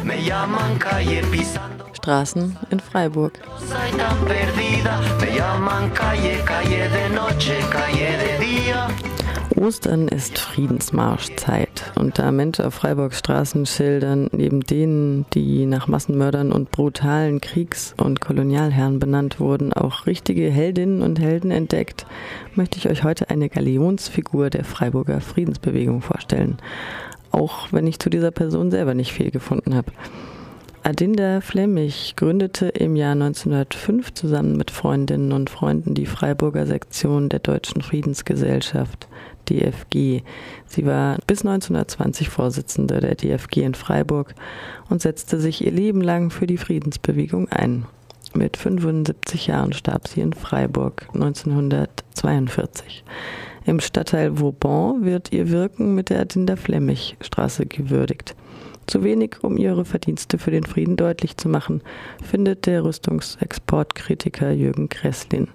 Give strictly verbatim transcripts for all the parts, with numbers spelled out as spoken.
Straßen in Freiburg. Ostern ist Friedensmarschzeit und da Menschen auf Freiburgs Straßen schildern, neben denen, die nach Massenmördern und brutalen Kriegs- und Kolonialherren benannt wurden, auch richtige Heldinnen und Helden entdeckt, möchte ich euch heute eine Galionsfigur der Freiburger Friedensbewegung vorstellen. Auch wenn ich zu dieser Person selber nicht viel gefunden habe. Adinda Flemmich gründete im Jahr neunzehnhundertfünf zusammen mit Freundinnen und Freunden die Freiburger Sektion der Deutschen Friedensgesellschaft, D F G. Sie war bis neunzehnhundertzwanzig Vorsitzende der D F G in Freiburg und setzte sich ihr Leben lang für die Friedensbewegung ein. Mit fünfundsiebzig Jahren starb sie in Freiburg neunzehnhundertzweiundvierzig. Im Stadtteil Vauban wird ihr Wirken mit der Adinda-Flemmich-Straße gewürdigt. Zu wenig, um ihre Verdienste für den Frieden deutlich zu machen, findet der Rüstungsexportkritiker Jürgen Kresslin.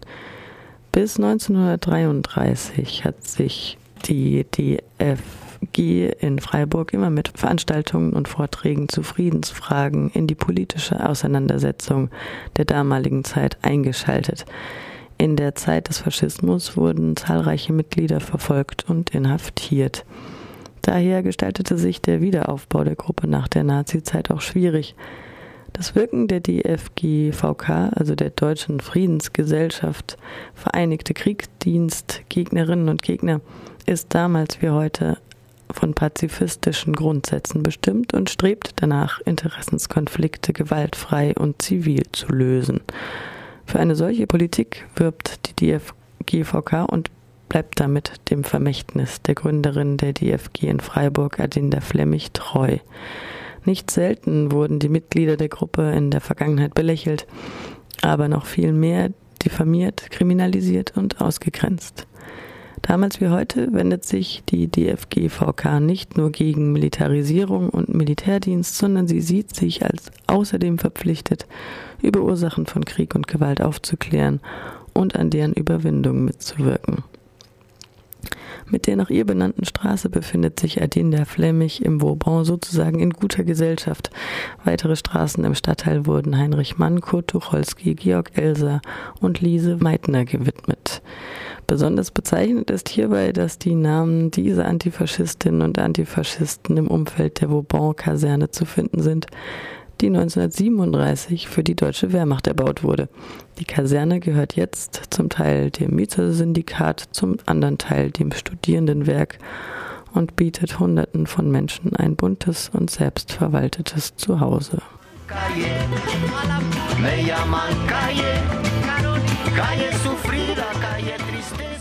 Bis neunzehnhundertdreiunddreißig hat sich die D F G in Freiburg immer mit Veranstaltungen und Vorträgen zu Friedensfragen in die politische Auseinandersetzung der damaligen Zeit eingeschaltet. In der Zeit des Faschismus wurden zahlreiche Mitglieder verfolgt und inhaftiert. Daher gestaltete sich der Wiederaufbau der Gruppe nach der Nazizeit auch schwierig. Das Wirken der D F G V K, also der Deutschen Friedensgesellschaft, Vereinigte Kriegsdienstgegnerinnen und Gegner, ist damals wie heute von pazifistischen Grundsätzen bestimmt und strebt danach, Interessenskonflikte gewaltfrei und zivil zu lösen. Für eine solche Politik wirbt die D F G V K und bleibt damit dem Vermächtnis der Gründerin der D F G in Freiburg, Adinda Flemmich, treu. Nicht selten wurden die Mitglieder der Gruppe in der Vergangenheit belächelt, aber noch viel mehr diffamiert, kriminalisiert und ausgegrenzt. Damals wie heute wendet sich die D F G V K nicht nur gegen Militarisierung und Militärdienst, sondern sie sieht sich als außerdem verpflichtet, über Ursachen von Krieg und Gewalt aufzuklären und an deren Überwindung mitzuwirken. Mit der nach ihr benannten Straße befindet sich Adinda Flemmich im Vauban sozusagen in guter Gesellschaft. Weitere Straßen im Stadtteil wurden Heinrich Mann, Kurt Tucholsky, Georg Elser und Lise Meitner gewidmet. Besonders bezeichnend ist hierbei, dass die Namen dieser Antifaschistinnen und Antifaschisten im Umfeld der Vauban-Kaserne zu finden sind, die neunzehnhundertsiebenunddreißig für die deutsche Wehrmacht erbaut wurde. Die Kaserne gehört jetzt zum Teil dem Mietersyndikat, zum anderen Teil dem Studierendenwerk und bietet Hunderten von Menschen ein buntes und selbstverwaltetes Zuhause. Calle, me llaman calle, calle sufrida, calle tristeza.